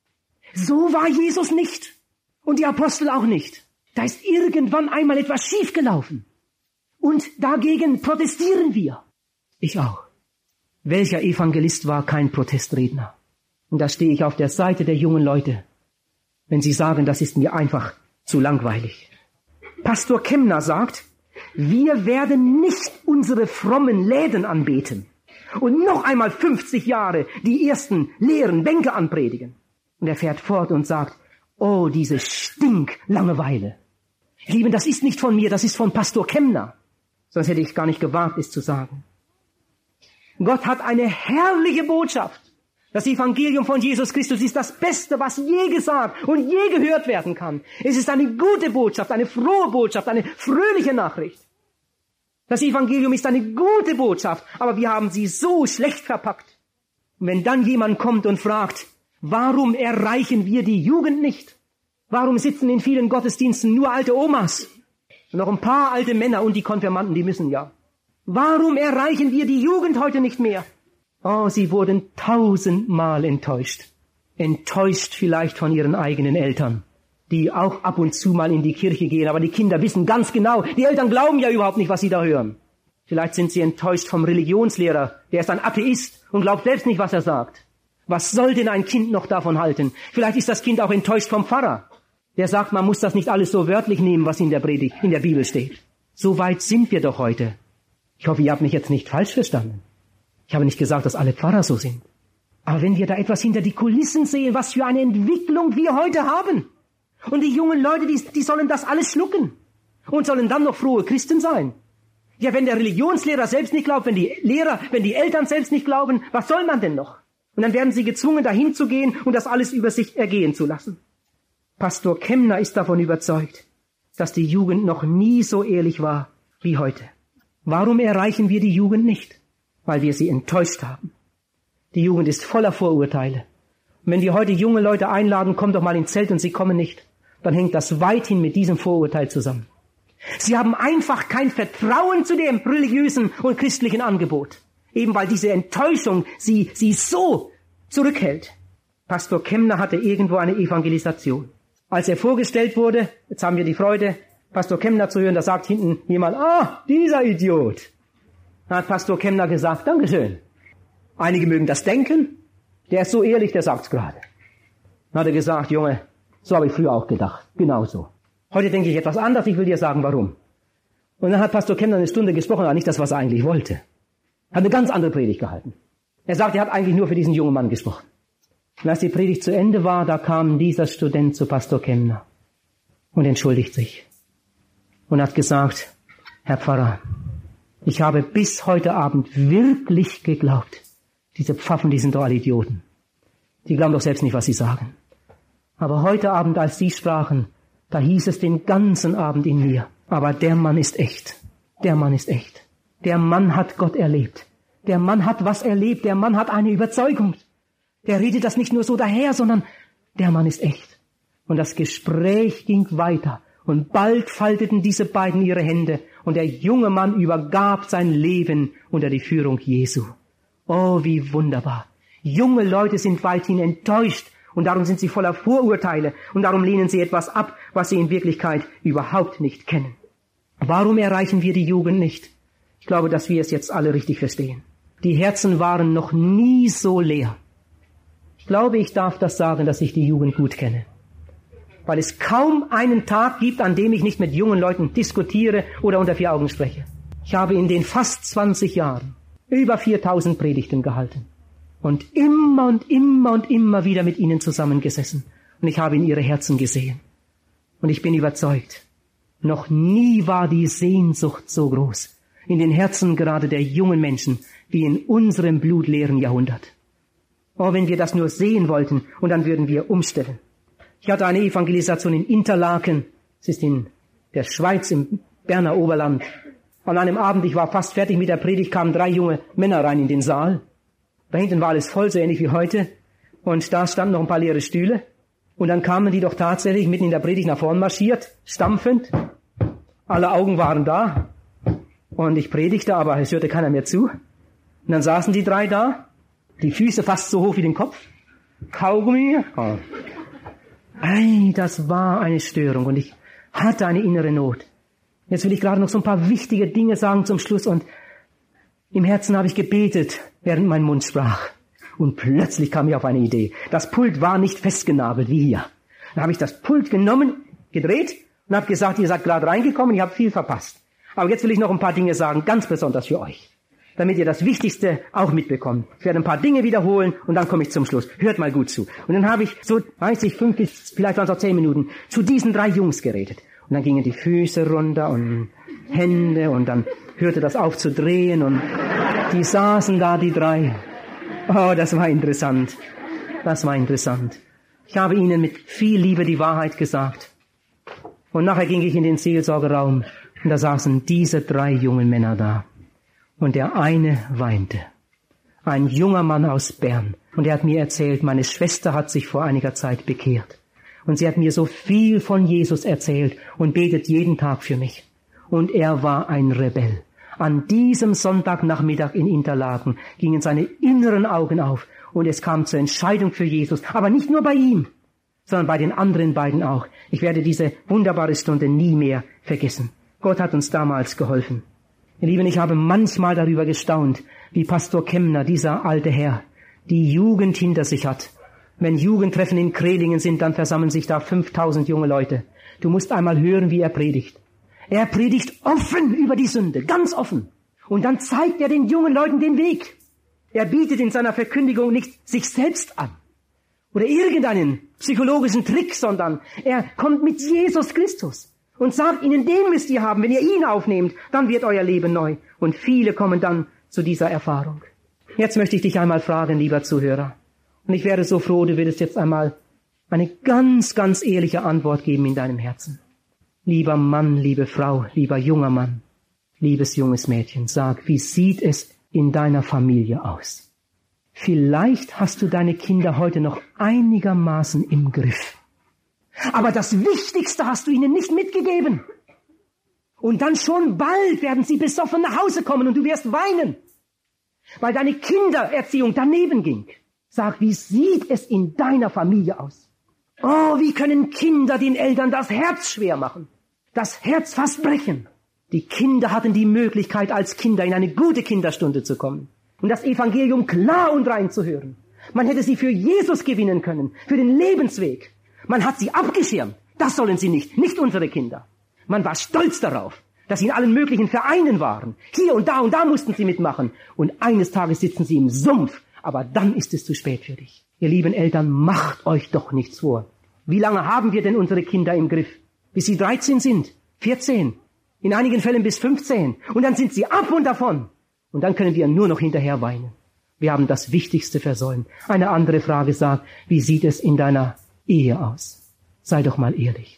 So war Jesus nicht und die Apostel auch nicht. Da ist irgendwann einmal etwas schiefgelaufen. Und dagegen protestieren wir. Ich auch. Welcher Evangelist war kein Protestredner? Und da stehe ich auf der Seite der jungen Leute, wenn sie sagen, das ist mir einfach zu langweilig. Pastor Kemner sagt, wir werden nicht unsere frommen Läden anbeten und noch einmal 50 Jahre die ersten leeren Bänke anpredigen. Und er fährt fort und sagt, oh, diese Stinklangeweile. Lieben, das ist nicht von mir, das ist von Pastor Kemner. Sonst hätte ich es gar nicht gewagt, es zu sagen. Gott hat eine herrliche Botschaft. Das Evangelium von Jesus Christus ist das Beste, was je gesagt und je gehört werden kann. Es ist eine gute Botschaft, eine frohe Botschaft, eine fröhliche Nachricht. Das Evangelium ist eine gute Botschaft, aber wir haben sie so schlecht verpackt. Und wenn dann jemand kommt und fragt, warum erreichen wir die Jugend nicht? Warum sitzen in vielen Gottesdiensten nur alte Omas? Und noch ein paar alte Männer und die Konfirmanden, die müssen ja. Warum erreichen wir die Jugend heute nicht mehr? Oh, sie wurden 1000-mal enttäuscht. Enttäuscht vielleicht von ihren eigenen Eltern, die auch ab und zu mal in die Kirche gehen, aber die Kinder wissen ganz genau, die Eltern glauben ja überhaupt nicht, was sie da hören. Vielleicht sind sie enttäuscht vom Religionslehrer, der ist ein Atheist und glaubt selbst nicht, was er sagt. Was soll denn ein Kind noch davon halten? Vielleicht ist das Kind auch enttäuscht vom Pfarrer, der sagt, man muss das nicht alles so wörtlich nehmen, was in der Predigt, in der Bibel steht. So weit sind wir doch heute. Ich hoffe, ihr habt mich jetzt nicht falsch verstanden. Ich habe nicht gesagt, dass alle Pfarrer so sind. Aber wenn wir da etwas hinter die Kulissen sehen, was für eine Entwicklung wir heute haben. Und die jungen Leute, die sollen das alles schlucken. Und sollen dann noch frohe Christen sein. Ja, wenn der Religionslehrer selbst nicht glaubt, wenn die Eltern selbst nicht glauben, was soll man denn noch? Und dann werden sie gezwungen, dahin zu gehen und das alles über sich ergehen zu lassen. Pastor Kemner ist davon überzeugt, dass die Jugend noch nie so ehrlich war wie heute. Warum erreichen wir die Jugend nicht? Weil wir sie enttäuscht haben. Die Jugend ist voller Vorurteile. Und wenn wir heute junge Leute einladen, kommt doch mal ins Zelt und sie kommen nicht, dann hängt das weithin mit diesem Vorurteil zusammen. Sie haben einfach kein Vertrauen zu dem religiösen und christlichen Angebot. Eben weil diese Enttäuschung sie so zurückhält. Pastor Kemner hatte irgendwo eine Evangelisation. Als er vorgestellt wurde, jetzt haben wir die Freude, Pastor Kemner zu hören, da sagt hinten jemand, dieser Idiot. Da hat Pastor Kemner gesagt, Dankeschön. Einige mögen das denken, der ist so ehrlich, der sagt's gerade. Dann hat er gesagt, Junge, so habe ich früher auch gedacht, genauso. Heute denke ich etwas anders, ich will dir sagen, warum. Und dann hat Pastor Kemner eine Stunde gesprochen, aber nicht das, was er eigentlich wollte. Hat eine ganz andere Predigt gehalten. Er sagt, er hat eigentlich nur für diesen jungen Mann gesprochen. Und als die Predigt zu Ende war, da kam dieser Student zu Pastor Kemner und entschuldigt sich und hat gesagt, Herr Pfarrer, ich habe bis heute Abend wirklich geglaubt, diese Pfaffen, die sind doch alle Idioten. Die glauben doch selbst nicht, was sie sagen. Aber heute Abend, als Sie sprachen, da hieß es den ganzen Abend in mir, aber der Mann ist echt. Der Mann ist echt. Der Mann hat Gott erlebt. Der Mann hat was erlebt. Der Mann hat eine Überzeugung. Der redet das nicht nur so daher, sondern der Mann ist echt. Und das Gespräch ging weiter. Und bald falteten diese beiden ihre Hände. Und der junge Mann übergab sein Leben unter die Führung Jesu. Oh, wie wunderbar. Junge Leute sind weithin enttäuscht. Und darum sind sie voller Vorurteile. Und darum lehnen sie etwas ab, was sie in Wirklichkeit überhaupt nicht kennen. Warum erreichen wir die Jugend nicht? Ich glaube, dass wir es jetzt alle richtig verstehen. Die Herzen waren noch nie so leer. Ich glaube, ich darf das sagen, dass ich die Jugend gut kenne. Weil es kaum einen Tag gibt, an dem ich nicht mit jungen Leuten diskutiere oder unter vier Augen spreche. Ich habe in den fast 20 Jahren über 4000 Predigten gehalten. Und immer und immer und immer wieder mit ihnen zusammengesessen. Und ich habe in ihre Herzen gesehen. Und ich bin überzeugt, noch nie war die Sehnsucht so groß in den Herzen gerade der jungen Menschen wie in unserem blutleeren Jahrhundert. Oh, wenn wir das nur sehen wollten, und dann würden wir umstellen. Ich hatte eine Evangelisation in Interlaken, es ist in der Schweiz im Berner Oberland. An einem Abend, ich war fast fertig mit der Predigt, kamen 3 junge Männer rein in den Saal. Da hinten war alles voll, so ähnlich wie heute. Und da standen noch ein paar leere Stühle. Und dann kamen die doch tatsächlich mitten in der Predigt nach vorn marschiert, stampfend. Alle Augen waren da. Und ich predigte, aber es hörte keiner mehr zu. Und dann saßen die 3 da, die Füße fast so hoch wie den Kopf. Kaugummi. Oh. Ei, das war eine Störung und ich hatte eine innere Not. Jetzt will ich gerade noch so ein paar wichtige Dinge sagen zum Schluss und im Herzen habe ich gebetet, während mein Mund sprach. Und plötzlich kam ich auf eine Idee. Das Pult war nicht festgenagelt wie hier. Dann habe ich das Pult genommen, gedreht und habe gesagt, ihr seid gerade reingekommen, ihr habt viel verpasst. Aber jetzt will ich noch ein paar Dinge sagen, ganz besonders für euch, damit ihr das Wichtigste auch mitbekommt. Ich werde ein paar Dinge wiederholen und dann komme ich zum Schluss. Hört mal gut zu. Und dann habe ich so, 5 bis, vielleicht waren es auch 10 Minuten, zu diesen 3 Jungs geredet. Und dann gingen die Füße runter und Hände und dann hörte das auf zu drehen und die saßen da, die 3. Oh, das war interessant. Das war interessant. Ich habe ihnen mit viel Liebe die Wahrheit gesagt. Und nachher ging ich in den Seelsorgeraum und da saßen diese 3 jungen Männer da. Und der eine weinte. Ein junger Mann aus Bern. Und er hat mir erzählt, meine Schwester hat sich vor einiger Zeit bekehrt. Und sie hat mir so viel von Jesus erzählt und betet jeden Tag für mich. Und er war ein Rebell. An diesem Sonntagnachmittag in Interlaken gingen seine inneren Augen auf und es kam zur Entscheidung für Jesus. Aber nicht nur bei ihm, sondern bei den anderen beiden auch. Ich werde diese wunderbare Stunde nie mehr vergessen. Gott hat uns damals geholfen. Ihr Lieben, ich habe manchmal darüber gestaunt, wie Pastor Kemmner, dieser alte Herr, die Jugend hinter sich hat. Wenn Jugendtreffen in Krehlingen sind, dann versammeln sich da 5000 junge Leute. Du musst einmal hören, wie er predigt. Er predigt offen über die Sünde, ganz offen. Und dann zeigt er den jungen Leuten den Weg. Er bietet in seiner Verkündigung nicht sich selbst an oder irgendeinen psychologischen Trick, sondern er kommt mit Jesus Christus und sagt ihnen, den müsst ihr haben. Wenn ihr ihn aufnehmt, dann wird euer Leben neu. Und viele kommen dann zu dieser Erfahrung. Jetzt möchte ich dich einmal fragen, lieber Zuhörer. Und ich wäre so froh, du würdest jetzt einmal eine ganz, ganz ehrliche Antwort geben in deinem Herzen. Lieber Mann, liebe Frau, lieber junger Mann, liebes junges Mädchen, sag, wie sieht es in deiner Familie aus? Vielleicht hast du deine Kinder heute noch einigermaßen im Griff. Aber das Wichtigste hast du ihnen nicht mitgegeben. Und dann schon bald werden sie besoffen nach Hause kommen und du wirst weinen, weil deine Kindererziehung daneben ging. Sag, wie sieht es in deiner Familie aus? Oh, wie können Kinder den Eltern das Herz schwer machen, das Herz fast brechen. Die Kinder hatten die Möglichkeit, als Kinder in eine gute Kinderstunde zu kommen und das Evangelium klar und rein zu hören. Man hätte sie für Jesus gewinnen können, für den Lebensweg. Man hat sie abgeschirmt. Das sollen sie nicht unsere Kinder. Man war stolz darauf, dass sie in allen möglichen Vereinen waren. Hier und da mussten sie mitmachen. Und eines Tages sitzen sie im Sumpf. Aber dann ist es zu spät für dich. Ihr lieben Eltern, macht euch doch nichts vor. Wie lange haben wir denn unsere Kinder im Griff? Bis sie 13 sind, 14, in einigen Fällen bis 15. Und dann sind sie ab und davon. Und dann können wir nur noch hinterher weinen. Wir haben das Wichtigste versäumt. Eine andere Frage sagt, wie sieht es in deiner Ehe aus? Sei doch mal ehrlich.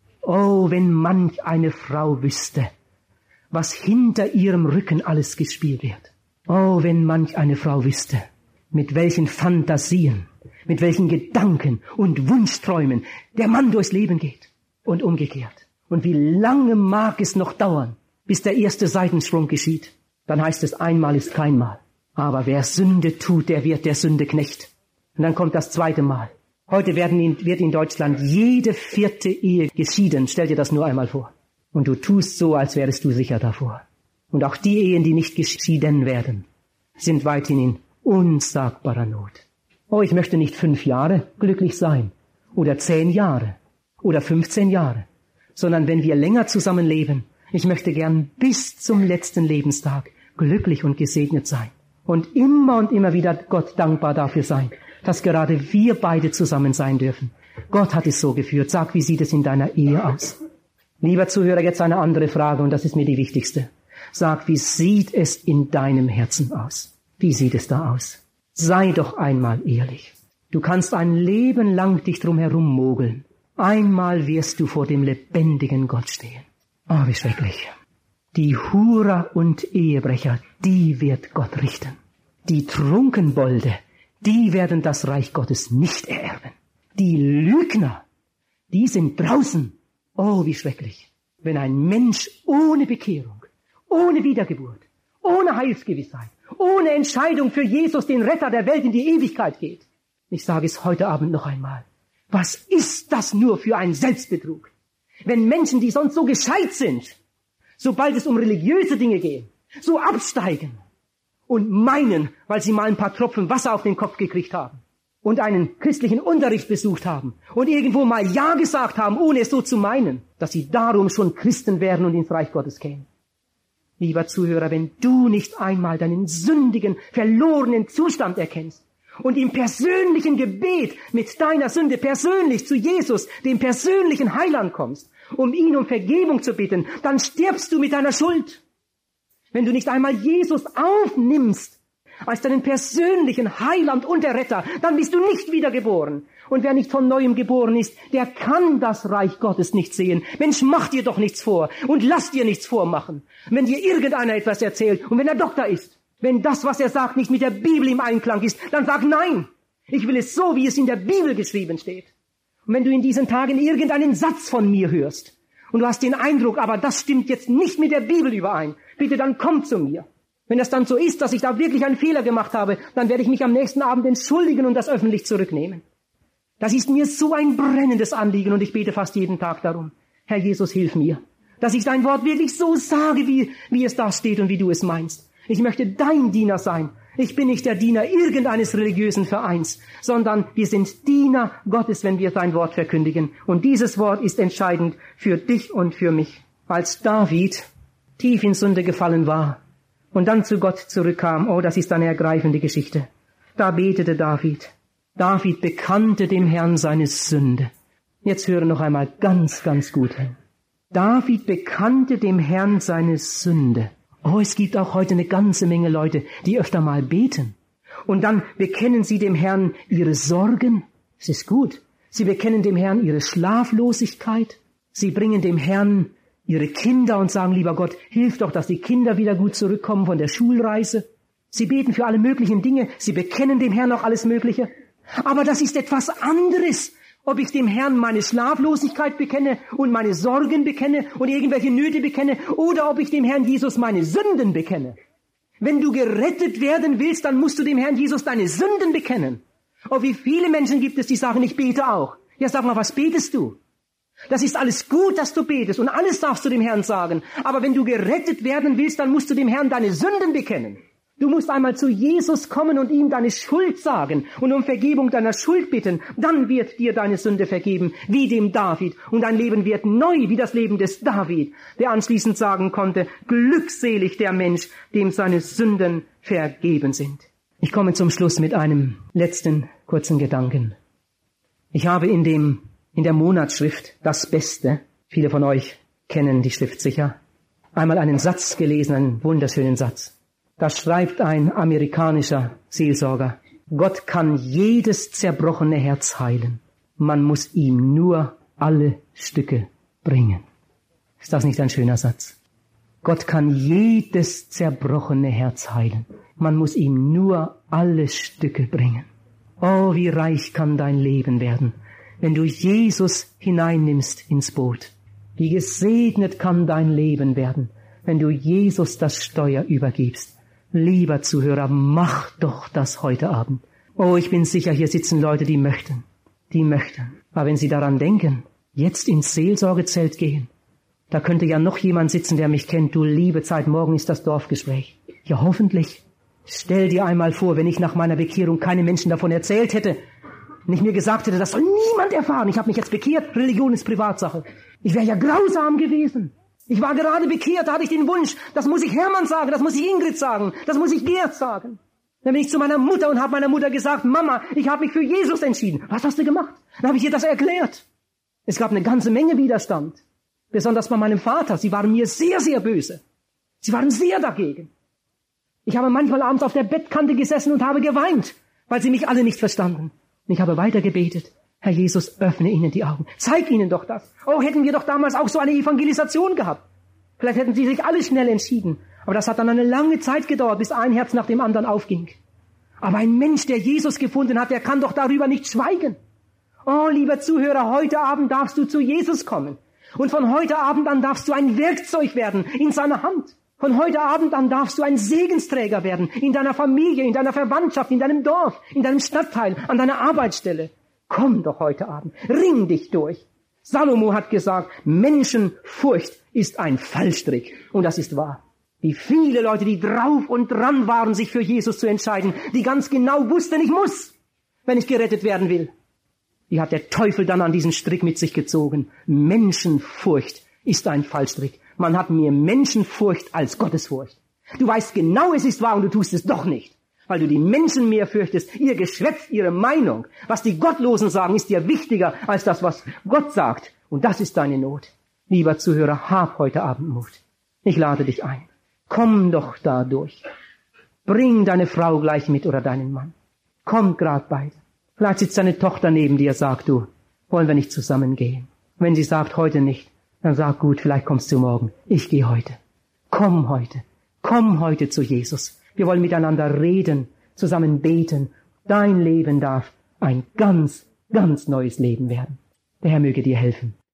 Oh, wenn manch eine Frau wüsste, was hinter ihrem Rücken alles gespielt wird. Oh, wenn manch eine Frau wüsste, mit welchen Fantasien, mit welchen Gedanken und Wunschträumen der Mann durchs Leben geht und umgekehrt. Und wie lange mag es noch dauern, bis der erste Seitensprung geschieht? Dann heißt es, einmal ist kein Mal. Aber wer Sünde tut, der wird der Sünde Knecht. Und dann kommt das zweite Mal. Heute wird in Deutschland jede 4. Ehe geschieden. Stell dir das nur einmal vor. Und du tust so, als wärest du sicher davor. Und auch die Ehen, die nicht geschieden werden, sind weithin in unsagbarer Not. Oh, ich möchte nicht 5 Jahre glücklich sein oder 10 Jahre oder 15 Jahre, sondern wenn wir länger zusammenleben, ich möchte gern bis zum letzten Lebenstag glücklich und gesegnet sein und immer wieder Gott dankbar dafür sein, dass gerade wir beide zusammen sein dürfen. Gott hat es so geführt. Sag, wie sieht es in deiner Ehe aus? Lieber Zuhörer, jetzt eine andere Frage und das ist mir die wichtigste. Sag, wie sieht es in deinem Herzen aus? Wie sieht es da aus? Sei doch einmal ehrlich. Du kannst ein Leben lang dich drum herum mogeln. Einmal wirst du vor dem lebendigen Gott stehen. Oh, wie schrecklich. Die Hurer und Ehebrecher, die wird Gott richten. Die Trunkenbolde, die werden das Reich Gottes nicht ererben. Die Lügner, die sind draußen. Oh, wie schrecklich. Wenn ein Mensch ohne Bekehrung, ohne Wiedergeburt, ohne Heilsgewissheit, ohne Entscheidung für Jesus, den Retter der Welt, in die Ewigkeit geht. Ich sage es heute Abend noch einmal. Was ist das nur für ein Selbstbetrug? Wenn Menschen, die sonst so gescheit sind, sobald es um religiöse Dinge geht, so absteigen und meinen, weil sie mal ein paar Tropfen Wasser auf den Kopf gekriegt haben und einen christlichen Unterricht besucht haben und irgendwo mal Ja gesagt haben, ohne es so zu meinen, dass sie darum schon Christen werden und ins Reich Gottes kämen. Lieber Zuhörer, wenn du nicht einmal deinen sündigen, verlorenen Zustand erkennst und im persönlichen Gebet mit deiner Sünde persönlich zu Jesus, dem persönlichen Heiland kommst, um ihn um Vergebung zu bitten, dann stirbst du mit deiner Schuld. Wenn du nicht einmal Jesus aufnimmst als deinen persönlichen Heiland und Erretter, dann bist du nicht wiedergeboren. Und wer nicht von Neuem geboren ist, der kann das Reich Gottes nicht sehen. Mensch, mach dir doch nichts vor und lass dir nichts vormachen. Wenn dir irgendeiner etwas erzählt und wenn er Doktor ist, wenn das, was er sagt, nicht mit der Bibel im Einklang ist, dann sag nein. Ich will es so, wie es in der Bibel geschrieben steht. Und wenn du in diesen Tagen irgendeinen Satz von mir hörst, und du hast den Eindruck, aber das stimmt jetzt nicht mit der Bibel überein, bitte dann komm zu mir. Wenn das dann so ist, dass ich da wirklich einen Fehler gemacht habe, dann werde ich mich am nächsten Abend entschuldigen und das öffentlich zurücknehmen. Das ist mir so ein brennendes Anliegen und ich bete fast jeden Tag darum. Herr Jesus, hilf mir, dass ich dein Wort wirklich so sage, wie es da steht und wie du es meinst. Ich möchte dein Diener sein. Ich bin nicht der Diener irgendeines religiösen Vereins, sondern wir sind Diener Gottes, wenn wir sein Wort verkündigen. Und dieses Wort ist entscheidend für dich und für mich. Als David tief in Sünde gefallen war und dann zu Gott zurückkam, oh, das ist eine ergreifende Geschichte. Da betete David. David bekannte dem Herrn seine Sünde. Jetzt höre noch einmal ganz, ganz gut hin. David bekannte dem Herrn seine Sünde. Oh, es gibt auch heute eine ganze Menge Leute, die öfter mal beten. Und dann bekennen sie dem Herrn ihre Sorgen. Es ist gut. Sie bekennen dem Herrn ihre Schlaflosigkeit. Sie bringen dem Herrn ihre Kinder und sagen, lieber Gott, hilf doch, dass die Kinder wieder gut zurückkommen von der Schulreise. Sie beten für alle möglichen Dinge. Sie bekennen dem Herrn auch alles Mögliche. Aber das ist etwas anderes, ob ich dem Herrn meine Schlaflosigkeit bekenne und meine Sorgen bekenne und irgendwelche Nöte bekenne oder ob ich dem Herrn Jesus meine Sünden bekenne. Wenn du gerettet werden willst, dann musst du dem Herrn Jesus deine Sünden bekennen. Oh, wie viele Menschen gibt es, die sagen, ich bete auch. Ja, sag mal, was betest du? Das ist alles gut, dass du betest und alles darfst du dem Herrn sagen. Aber wenn du gerettet werden willst, dann musst du dem Herrn deine Sünden bekennen. Du musst einmal zu Jesus kommen und ihm deine Schuld sagen und um Vergebung deiner Schuld bitten. Dann wird dir deine Sünde vergeben, wie dem David. Und dein Leben wird neu, wie das Leben des David, der anschließend sagen konnte, glückselig der Mensch, dem seine Sünden vergeben sind. Ich komme zum Schluss mit einem letzten kurzen Gedanken. Ich habe in der Monatsschrift Das Beste, viele von euch kennen die Schrift sicher, einmal einen Satz gelesen, einen wunderschönen Satz. Da schreibt ein amerikanischer Seelsorger, Gott kann jedes zerbrochene Herz heilen. Man muss ihm nur alle Stücke bringen. Ist das nicht ein schöner Satz? Gott kann jedes zerbrochene Herz heilen. Man muss ihm nur alle Stücke bringen. Oh, wie reich kann dein Leben werden, wenn du Jesus hineinnimmst ins Boot. Wie gesegnet kann dein Leben werden, wenn du Jesus das Steuer übergibst. Lieber Zuhörer, mach doch das heute Abend. Oh, ich bin sicher, hier sitzen Leute, die möchten. Aber wenn sie daran denken, jetzt ins Seelsorgezelt gehen, da könnte ja noch jemand sitzen, der mich kennt. Du liebe Zeit, morgen ist das Dorfgespräch. Ja, hoffentlich. Stell dir einmal vor, wenn ich nach meiner Bekehrung keine Menschen davon erzählt hätte, nicht mir gesagt hätte, das soll niemand erfahren. Ich habe mich jetzt bekehrt, Religion ist Privatsache. Ich wäre ja grausam gewesen. Ich war gerade bekehrt, da hatte ich den Wunsch, das muss ich Hermann sagen, das muss ich Ingrid sagen, das muss ich Gerd sagen. Dann bin ich zu meiner Mutter und habe meiner Mutter gesagt, Mama, ich habe mich für Jesus entschieden. Was hast du gemacht? Dann habe ich ihr das erklärt. Es gab eine ganze Menge Widerstand. Besonders bei meinem Vater. Sie waren mir sehr, sehr böse. Sie waren sehr dagegen. Ich habe manchmal abends auf der Bettkante gesessen und habe geweint, weil sie mich alle nicht verstanden. Und ich habe weiter gebetet. Herr Jesus, öffne ihnen die Augen. Zeig ihnen doch das. Oh, hätten wir doch damals auch so eine Evangelisation gehabt. Vielleicht hätten sie sich alle schnell entschieden. Aber das hat dann eine lange Zeit gedauert, bis ein Herz nach dem anderen aufging. Aber ein Mensch, der Jesus gefunden hat, der kann doch darüber nicht schweigen. Oh, lieber Zuhörer, heute Abend darfst du zu Jesus kommen. Und von heute Abend an darfst du ein Werkzeug werden in seiner Hand. Von heute Abend an darfst du ein Segensträger werden in deiner Familie, in deiner Verwandtschaft, in deinem Dorf, in deinem Stadtteil, an deiner Arbeitsstelle. Komm doch heute Abend, ring dich durch. Salomo hat gesagt, Menschenfurcht ist ein Fallstrick. Und das ist wahr. Wie viele Leute, die drauf und dran waren, sich für Jesus zu entscheiden, die ganz genau wussten, ich muss, wenn ich gerettet werden will. Die hat der Teufel dann an diesen Strick mit sich gezogen. Menschenfurcht ist ein Fallstrick. Man hat mehr Menschenfurcht als Gottesfurcht. Du weißt genau, es ist wahr und du tust es doch nicht. Weil du die Menschen mehr fürchtest, ihr Geschwätz, ihre Meinung. Was die Gottlosen sagen, ist dir wichtiger als das, was Gott sagt. Und das ist deine Not. Lieber Zuhörer, hab heute Abend Mut. Ich lade dich ein. Komm doch da durch. Bring deine Frau gleich mit oder deinen Mann. Kommt grad beide. Vielleicht sitzt deine Tochter neben dir, sagt du, wollen wir nicht zusammen gehen? Wenn sie sagt, heute nicht, dann sag gut, vielleicht kommst du morgen. Ich gehe heute. Komm heute zu Jesus. Wir wollen miteinander reden, zusammen beten. Dein Leben darf ein ganz, ganz neues Leben werden. Der Herr möge dir helfen.